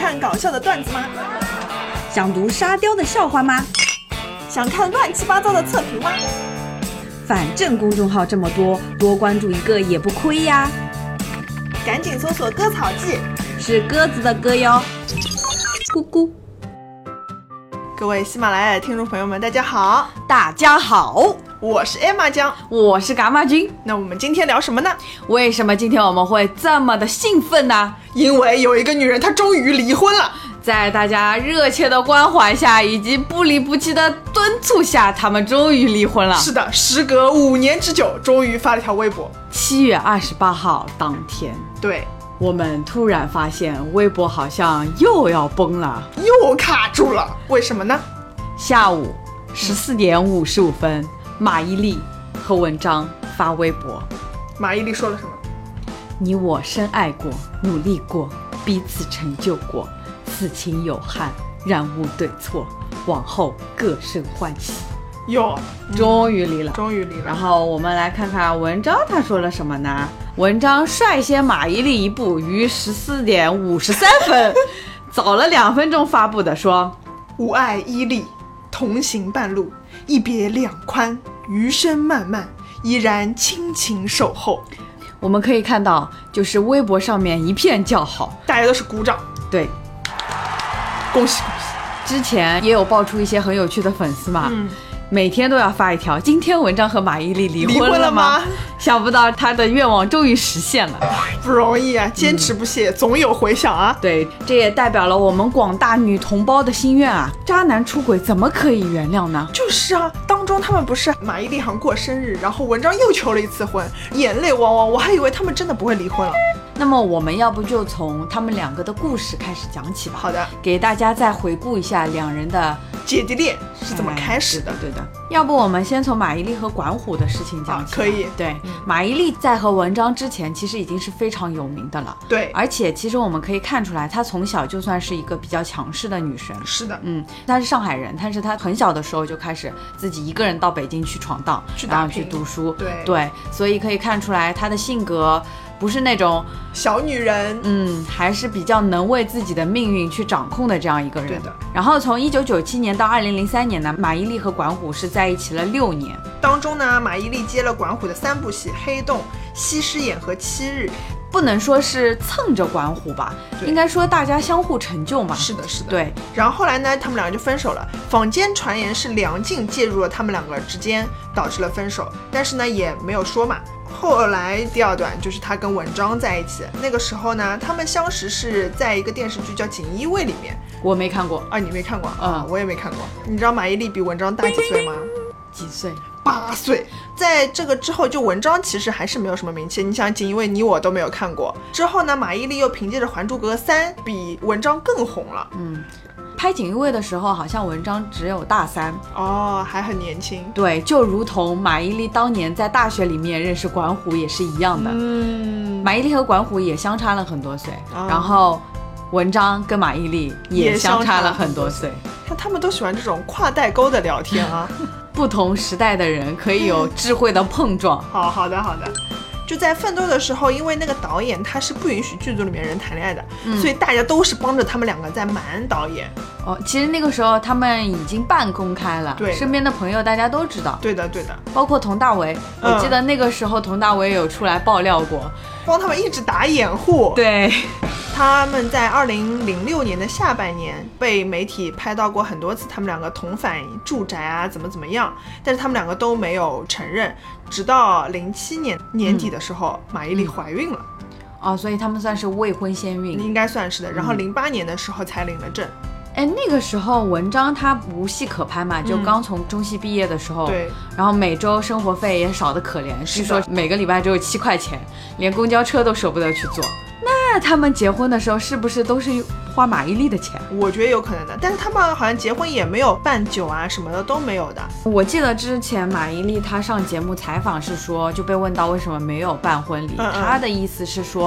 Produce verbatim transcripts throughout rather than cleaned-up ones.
看搞笑的段子吗？ 想读沙雕的笑话吗？ 想看乱七八糟的测评吗？ 反正公众号这么多，多关注一个也不亏呀。 赶紧搜索割草记， 是鸽子的歌哟。咕咕。 各位喜马拉雅的听众朋友们，大家好， 大家好， 我是 Emma 酱， 我是蛤蟆君。 那我们今天聊什么呢？ 为什么今天我们会这么的兴奋呢？ 因为有一个女人她终于离婚了。 在大家热切的关怀下，以及不离不弃的敦促下，他们终于离婚了。 是的，时隔五年之久，终于发了条微博。 七月二十八号当天， 对， 我们突然发现微博好像又要崩了， 又卡住了。为什么呢？ 下午十四点五十五分，马伊琍和文章发微博。 马伊琍说了什么？ 你我深爱过，努力过，彼此成就过，此情有憾，然无对错，往后各生欢喜。 哟， 终于离了， 终于离了。 然后我们来看看文章他说了什么呢？文章率先马伊琍一步，于十四点五十三分，早了两分钟发布的说： 吾爱伊琍，同行半路，一别两宽，余生漫漫，依然亲情守候。 我们可以看到，就是微博上面一片叫好， 大家都是鼓掌。 对， 恭喜恭喜。 之前也有爆出一些很有趣的粉丝嘛， 嗯， 每天都要发一条，今天文章和马伊琍离婚了吗？ 离婚了吗？ 想不到他的愿望终于实现了， 不容易啊，坚持不懈，嗯，总有回响啊。 对，这也代表了我们广大女同胞的心愿啊！渣男出轨怎么可以原谅呢？ 就是啊，当中他们不是马伊琍好像过生日，然后文章又求了一次婚，眼泪汪汪，我还以为他们真的不会离婚了。 那么我们要不就从他们两个的故事开始讲起吧。 好的， 给大家再回顾一下两人的姐弟恋是怎么开始的。 哎，对的，要不我们先从马伊琍和管虎的事情讲起，啊。 可以。 对， 嗯， 马伊琍在和文章之前其实已经是非常有名的了。 对， 而且其实我们可以看出来，她从小就算是一个比较强势的女生。 是的， 嗯，她是上海人，但是她很小的时候就开始自己一个人到北京去闯荡， 去打然后去读书。 对对，所以可以看出来她的性格不是那种小女人， 嗯，还是比较能为自己的命运去掌控的这样一个人。 对的。 然后从一九九七年到二零零三年呢，马伊琍和管虎是在一起了六年。 当中呢，马伊琍接了管虎的三部戏《黑洞》《西施眼》和《七日》。 不能说是蹭着管虎吧，应该说大家相互成就嘛。 是的，是的。 对。 然后后来呢，他们两个就分手了。坊间传言是梁静介入了他们两个之间，导致了分手，但是呢也没有说嘛。后来第二段就是他跟文章在一起，那个时候呢，他们相识是在一个电视剧叫《锦衣卫》里面。 我没看过啊，你没看过？ 嗯， 啊，我也没看过。你知道马伊琍比文章大几岁吗？ 几岁？ 八岁。在这个之后，就文章其实还是没有什么名气。你想，锦衣卫你我都没有看过。之后呢，马伊琍又凭借着《还珠格格三》比文章更红了。 嗯。拍锦衣卫的时候，好像文章只有大三哦，还很年轻。 对，就如同马伊琍当年在大学里面认识管虎也是一样的。 嗯， 马伊琍和管虎也相差了很多岁，哦，然后文章跟马伊琍也相差了很多岁。 看他们都喜欢这种跨代沟的聊天啊， 不同时代的人可以有智慧的碰撞。 好好的好的。就在奋斗的时候，因为那个导演他是不允许剧组里面人谈恋爱的，嗯，所以大家都是帮着他们两个在瞒导演。 哦，其实那个时候他们已经半公开了， 对， 身边的朋友大家都知道。 对的对的， 包括佟大为，嗯，我记得那个时候佟大为有出来爆料过， 帮他们一直打掩护。 对。 他们在二零零六年的下半年被媒体拍到过很多次，他们两个同返住宅啊，怎么怎么样，但是他们两个都没有承认。直到零七年年底的时候，嗯，马伊琍怀孕了。 哦，所以他们算是未婚先孕， 应该算是的。然后零八年的时候才领了证。 哎，那个时候文章他无戏可拍嘛，就刚从中戏毕业的时候， 对， 嗯，然后每周生活费也少得可怜，据说每个礼拜只有七块钱，连公交车都舍不得去坐。那他们结婚的时候是不是都是花马伊琍的钱？ 我觉得有可能的，但是他们好像结婚也没有办酒啊什么的都没有的。 我记得之前马伊琍她上节目采访是说，就被问到为什么没有办婚礼，嗯嗯，她的意思是说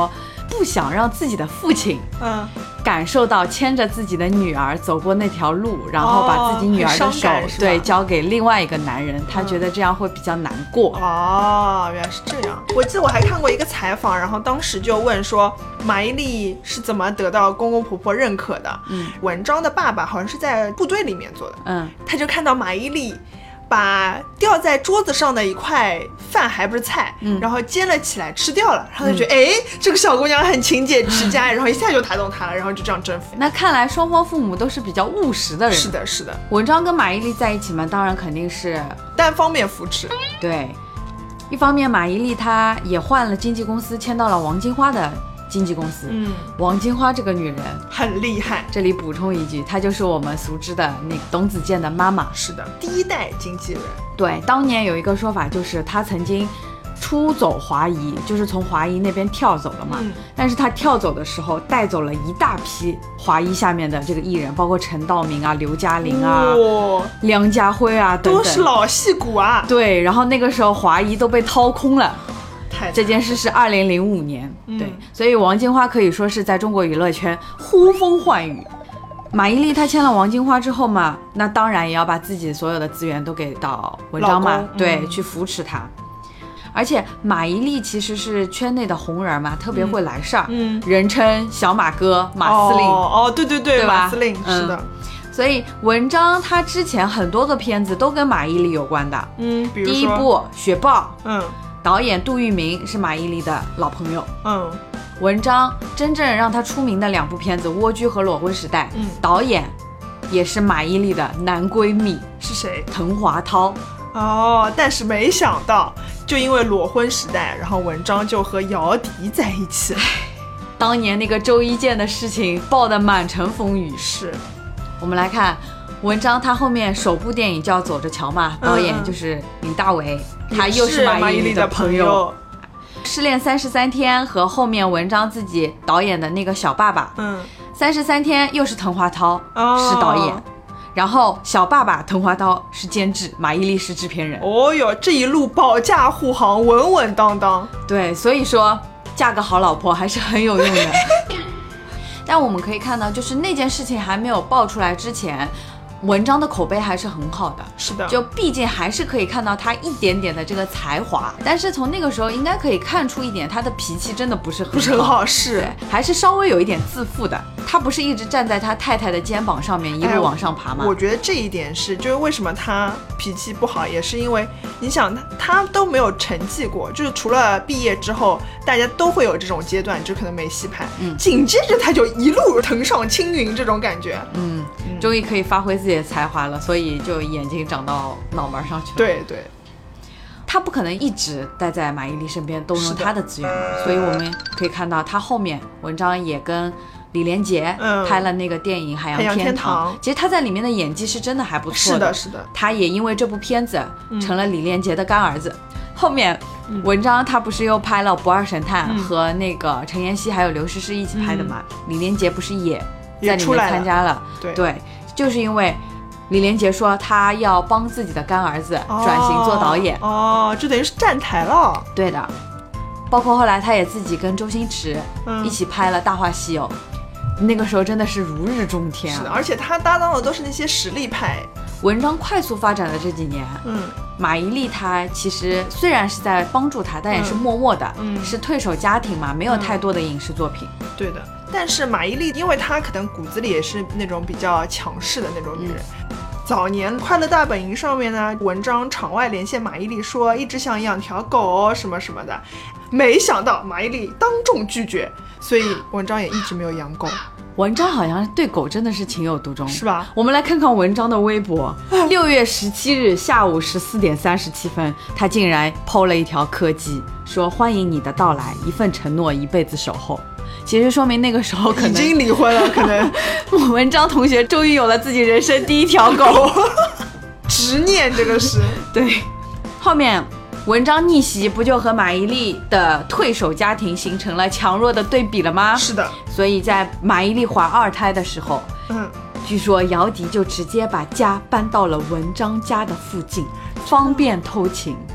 不想让自己的父亲嗯感受到牵着自己的女儿走过那条路，然后把自己女儿的手、 哦、 对交给另外一个男人，他觉得这样会比较难过。 哦，原来是这样。我记得我还看过一个采访，然后当时就问说马伊琍是怎么得到公公婆婆认可的。 嗯， 文章的爸爸好像是在部队里面做的。 嗯， 他就看到马伊琍把掉在桌子上的一块饭还不是菜、嗯、然后捡了起来吃掉了，然后他觉得哎、嗯，这个小姑娘很勤俭持家、嗯、然后一下就打动他了，然后就这样征服。 那看来双方父母都是比较务实的人。 是的是的。 文章跟马伊琍在一起嘛，当然肯定是单方面扶持。 对，一方面马伊琍她也换了经纪公司，签到了王金花的经纪公司。嗯，王金花这个女人很厉害。 这里补充一句，她就是我们熟知的那个董子健的妈妈。 是的，第一代经纪人。 对，当年有一个说法，就是她曾经出走华谊，就是从华谊那边跳走了嘛。嗯、但是她跳走的时候带走了一大批华谊下面的这个艺人，包括陈道明啊、刘嘉玲啊、哦、梁家辉啊等等， 都是老戏骨啊。 对，然后那个时候华谊都被掏空了。这件事是二零零五年、嗯、对，所以王金花可以说是在中国娱乐圈呼风唤雨。马伊琍她签了王金花之后嘛，那当然也要把自己所有的资源都给到文章嘛，对、嗯、去扶持她。而且马伊琍其实是圈内的红人嘛，特别会来事儿、嗯、人称小马哥、马司令。 哦哦，对对对， 对吧？ 马司令、嗯、是的。 所以文章他之前很多个片子都跟马伊琍有关的。 嗯，比如说第一部雪豹， 嗯， 导演杜聿明是马伊琍的老朋友。 嗯， 文章真正让他出名的两部片子《蜗居》和《裸婚时代》，嗯，导演也是马伊琍的男闺蜜。 是谁？ 滕华涛。 哦，但是没想到就因为《裸婚时代》，然后文章就和姚笛在一起。 当年那个周一见的事情爆得满城风雨。 是。 我们来看文章，他后面首部电影叫《走着瞧》嘛，导演就是李大为，嗯、他又是马伊琍的朋友。失恋三十三天和后面文章自己导演的那个小爸爸，嗯，三十三天又是滕华涛、哦、是导演，然后小爸爸滕华涛是监制，马伊琍是制片人。 哦哟，这一路保驾护航，稳稳当当。 对，所以说嫁个好老婆还是很有用的。但我们可以看到，就是那件事情还没有爆出来之前，文章的口碑还是很好的。 是的， 就毕竟还是可以看到他一点点的这个才华，但是从那个时候应该可以看出一点，他的脾气真的不是很好， 不是很好，是还是稍微有一点自负的。他不是一直站在他太太的肩膀上面一路往上爬吗？ 哎、我觉得这一点是，就是为什么他脾气不好，也是因为你想他他都没有成绩过，就是除了毕业之后，大家都会有这种阶段，就可能没戏拍，嗯，紧接着他就一路腾上青云，这种感觉， 嗯，嗯终于可以发挥自己的才华了，所以就眼睛长到脑门上去了。 对对。 他不可能一直待在马伊琍身边，动用他的资源嘛，所以我们可以看到他后面文章也跟李连杰拍了那个电影《海洋天堂》，嗯、天堂其实他在里面的演技是真的还不错的。是的，是的。 他也因为这部片子成了李连杰的干儿子。嗯、后面文章他不是又拍了《不二神探》嗯、和那个陈妍希还有刘诗诗一起拍的嘛？嗯、李连杰不是也在里面参加了？ 了对对，就是因为李连杰说他要帮自己的干儿子转型做导演。 哦，就等于是站台了。 对的，包括后来他也自己跟周星驰一起拍了《大话西游》。嗯，那个时候真的是如日中天。啊， 是的，而且他搭档的都是那些实力派。 文章快速发展的这几年，嗯，马伊琍她其实虽然是在帮助他，但也是默默的，嗯，是退守家庭嘛，没有太多的影视作品。 嗯、对的，但是马伊琍，因为她可能骨子里也是那种比较强势的那种女人。嗯，早年《快乐大本营》上面呢，文章场外连线马伊琍说一直想养条狗什么什么的，没想到马伊琍当众拒绝，所以文章也一直没有养狗。 文章好像对狗真的是情有独钟， 是吧？ 我们来看看文章的微博，六月十七日下午十四点三十七分，他竟然 po 了一条柯基，说欢迎你的到来，一份承诺，一辈子守候。其实说明那个时候可能已经离婚了，可能文章同学终于有了自己人生第一条狗。 执念这个是对。后面文章逆袭不就和马伊琍的退守家庭形成了强弱的对比了吗？ 是的。 所以在马伊琍怀二胎的时候，嗯，据说姚笛就直接把家搬到了文章家的附近，方便偷情。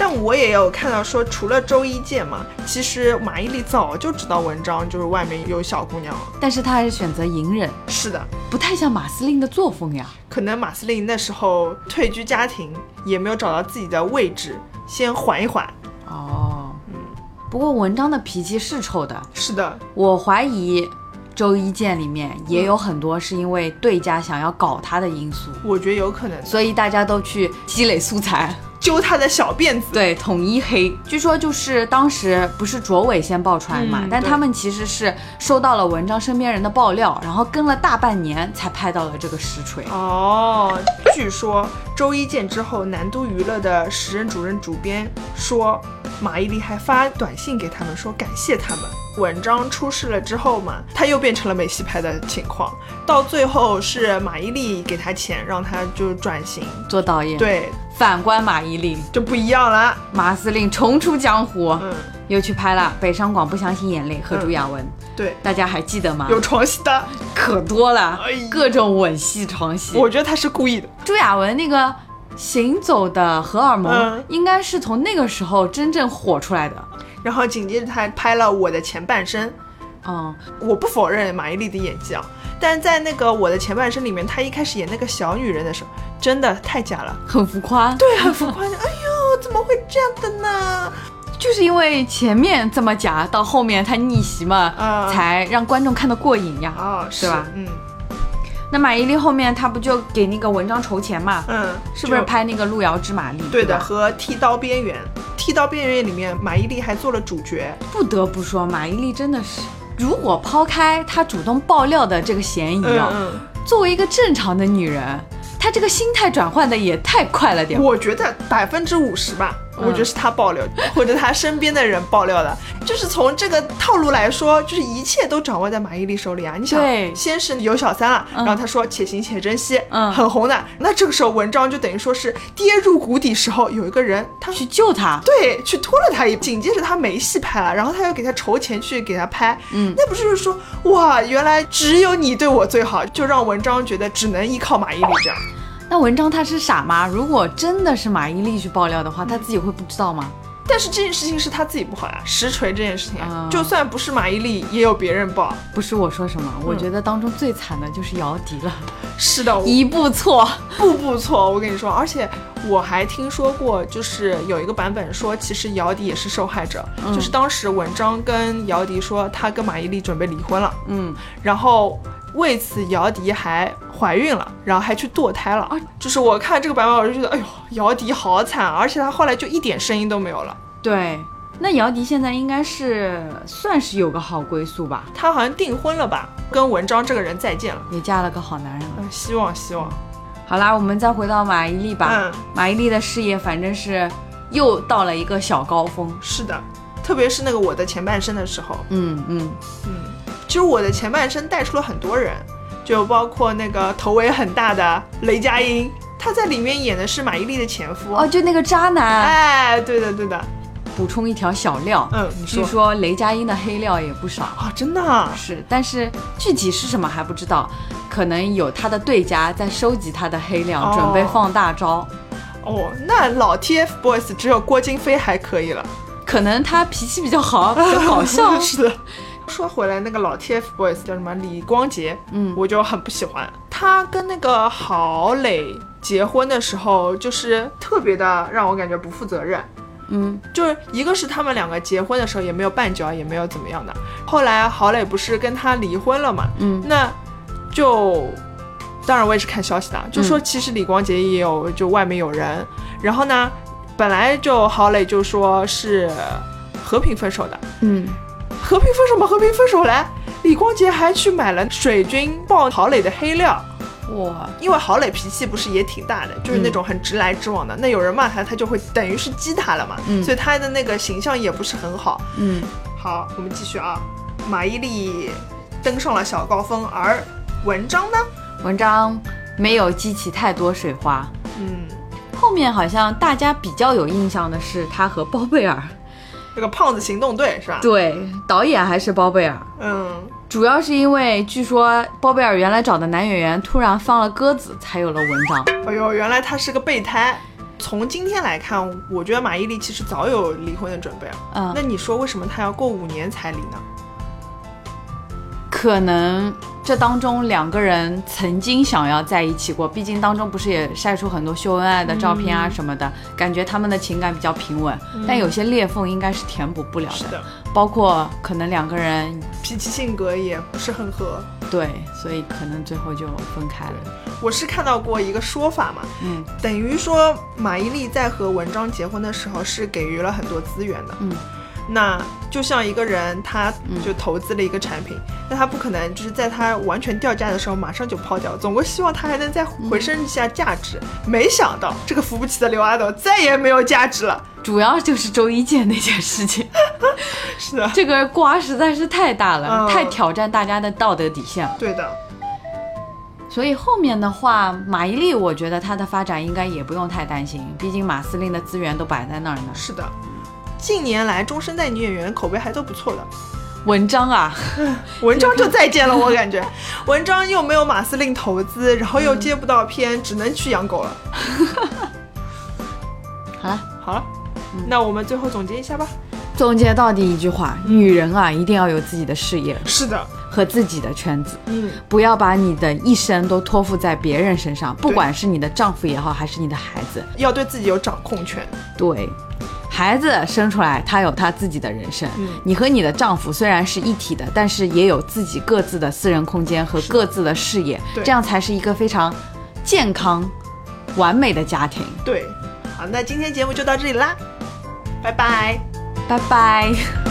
但我也有看到说，除了周一健嘛，其实马伊琍早就知道文章就是外面有小姑娘了， 但是她还是选择隐忍。 是的， 不太像马司令的作风呀。 可能马司令那时候退居家庭，也没有找到自己的位置，先缓一缓。 哦，嗯，不过文章的脾气是臭的。 是的， 我怀疑周一健里面也有很多是因为对家想要搞他的因素， 我觉得有可能， 所以大家都去积累素材， 揪他的小辫子， 对，统一黑。据说就是当时不是卓伟先爆出来嘛、嗯，但他们其实是收到了文章身边人的爆料，然后跟了大半年才拍到了这个实锤。 哦，据说周一健之后，南都娱乐的时任主任主编说，马伊琍还发短信给他们说感谢他们。文章出事了之后嘛，他又变成了没戏拍的情况，到最后是马伊琍给他钱，让他就转型做导演。 对， 反观马伊琍就不一样了。 马司令重出江湖， 嗯， 又去拍了《北上广不相信眼泪》和朱亚文、嗯。 对， 大家还记得吗？ 有床戏的可多了， 哎、 各种吻戏、床戏。 我觉得他是故意的。 朱亚文那个行走的荷尔蒙、嗯、应该是从那个时候真正火出来的。 然后紧接着他拍了《我的前半生》。 嗯， 我不否认马伊琍的演技啊，但在那个《我的前半生》里面，她一开始演那个小女人的时候，真的太假了， 很浮夸。 对，很浮夸。哎呦，怎么会这样的呢？ 就是因为前面这么假，到后面她逆袭嘛、嗯，才让观众看得过瘾呀。 哦， 是吧？ 嗯。 那马伊琍后面她不就给那个文章筹钱嘛？ 嗯， 是不是拍那个《路遥知马力》？ 对的，和《剃刀边缘》。《剃刀边缘》里面，马伊琍还做了主角。 不得不说，马伊琍真的是，如果抛开她主动爆料的这个嫌疑啊、 嗯嗯， 作为一个正常的女人，她这个心态转换的也太快了点。 我觉得百分之五十吧。我觉得是他爆料、嗯、或者他身边的人爆料的，就是从这个套路来说，就是一切都掌握在马伊琍手里啊。你想，先是有小三了、嗯、然后他说且行且珍惜、 嗯、 很红的，那这个时候文章就等于说是跌入谷底时候有一个人他去救他， 对，去拖了他一把，紧接着他没戏拍了，然后他又给他筹钱去给他拍， 嗯， 那不是说哇原来只有你对我最好，就让文章觉得只能依靠马伊琍这样。 那文章他是傻吗？如果真的是马伊琍去爆料的话，他自己会不知道吗？ 但是这件事情是他自己不好呀，实锤这件事情、嗯、就算不是马伊琍也有别人爆。 不是我说什么、嗯、我觉得当中最惨的就是姚笛了。 是的， 一步错步步错，我跟你说。而且我还听说过，就是有一个版本说其实姚笛也是受害者、嗯、就是当时文章跟姚笛说他跟马伊琍准备离婚了， 嗯， 然后为此姚笛还怀孕了，然后还去堕胎了、啊、就是我看这个版本我就觉得哎呦姚笛好惨，而且她后来就一点声音都没有了。 对，那姚笛现在应该是算是有个好归宿吧， 她好像订婚了吧，跟文章这个人再见了， 也嫁了个好男人了、 嗯、希望希望。 好啦，我们再回到马伊琍吧、 嗯、 马伊琍的事业反正是又到了一个小高峰。 是的，特别是那个我的前半生的时候， 嗯嗯嗯，其实我的前半生带出了很多人，就包括那个头围很大的雷佳音，他在里面演的是马伊琍的前夫。 哦，就那个渣男。 哎，对的对的。 补充一条小料， 嗯，你说， 据说雷佳音的黑料也不少啊，真的啊？ 是，但是具体是什么还不知道，可能有他的对家在收集他的黑料、哦，准备放大招。 哦，那老 T F Boys 只有郭京飞还可以了， 可能他脾气比较好，比较搞笑。 是的。说回来，那个老 T F Boys 叫什么？李光洁， 嗯， 我就很不喜欢他跟那个郝蕾结婚的时候，就是特别的让我感觉不负责任。 嗯， 就是一个是他们两个结婚的时候也没有绊脚，也没有怎么样的。后来郝蕾不是跟他离婚了嘛？ 嗯， 那就当然我也是看消息的，就说其实李光洁也有就外面有人，嗯、然后呢，本来就郝蕾就说是和平分手的。 嗯， 和平分手嘛，和平分手来，李光洁还去买了水军爆郝蕾的黑料。 哇， 因为郝蕾脾气不是也挺大的，就是那种很直来直往的、嗯、那有人骂他他就会等于是激他了嘛、 嗯、 所以他的那个形象也不是很好。 嗯， 好，我们继续啊。马伊琍登上了小高峰，而文章呢， 文章没有激起太多水花。 嗯， 后面好像大家比较有印象的是他和包贝尔这个胖子行动队是吧？ 对，导演还是包贝尔。 嗯， 主要是因为据说包贝尔原来找的男演员突然放了鸽子，才有了文章。 哎呦，原来他是个备胎。 从今天来看，我觉得马伊琍其实早有离婚的准备了。 嗯， 那你说为什么她要过五年才离呢？ 可能这当中两个人曾经想要在一起过，毕竟当中不是也晒出很多秀恩爱的照片啊什么的，嗯、感觉他们的情感比较平稳，嗯、但有些裂缝应该是填补不了的。 是的， 包括可能两个人脾气性格也不是很合， 对，所以可能最后就分开了。 我是看到过一个说法嘛， 嗯， 等于说马伊琍在和文章结婚的时候是给予了很多资源的， 嗯。 那就像一个人他就投资了一个产品，嗯、那他不可能就是在他完全掉价的时候马上就抛掉，总归希望他还能再回升一下价值，嗯、没想到这个扶不起的刘阿斗再也没有价值了， 主要就是周一见那件事情是的， 这个瓜实在是太大了， 嗯、 太挑战大家的道德底线了。 对的， 所以后面的话，马伊琍我觉得她的发展应该也不用太担心，毕竟马司令的资源都摆在那儿呢。 是的，近年来中生代女演员口碑还都不错的。 文章啊， 文章就再见了，我感觉文章又没有马司令投资，然后又接不到片，嗯、只能去养狗了。 好了好了，嗯、那我们最后总结一下吧。 总结到底一句话，女人啊一定要有自己的事业， 是的， 和自己的圈子， 嗯， 不要把你的一生都托付在别人身上，不管是你的丈夫也好，还是你的孩子， 要对自己有掌控权。 对，孩子生出来他有他自己的人生，嗯、你和你的丈夫虽然是一体的，但是也有自己各自的私人空间和各自的事业，这样才是一个非常健康完美的家庭。 对，好，那今天节目就到这里啦，拜拜拜拜。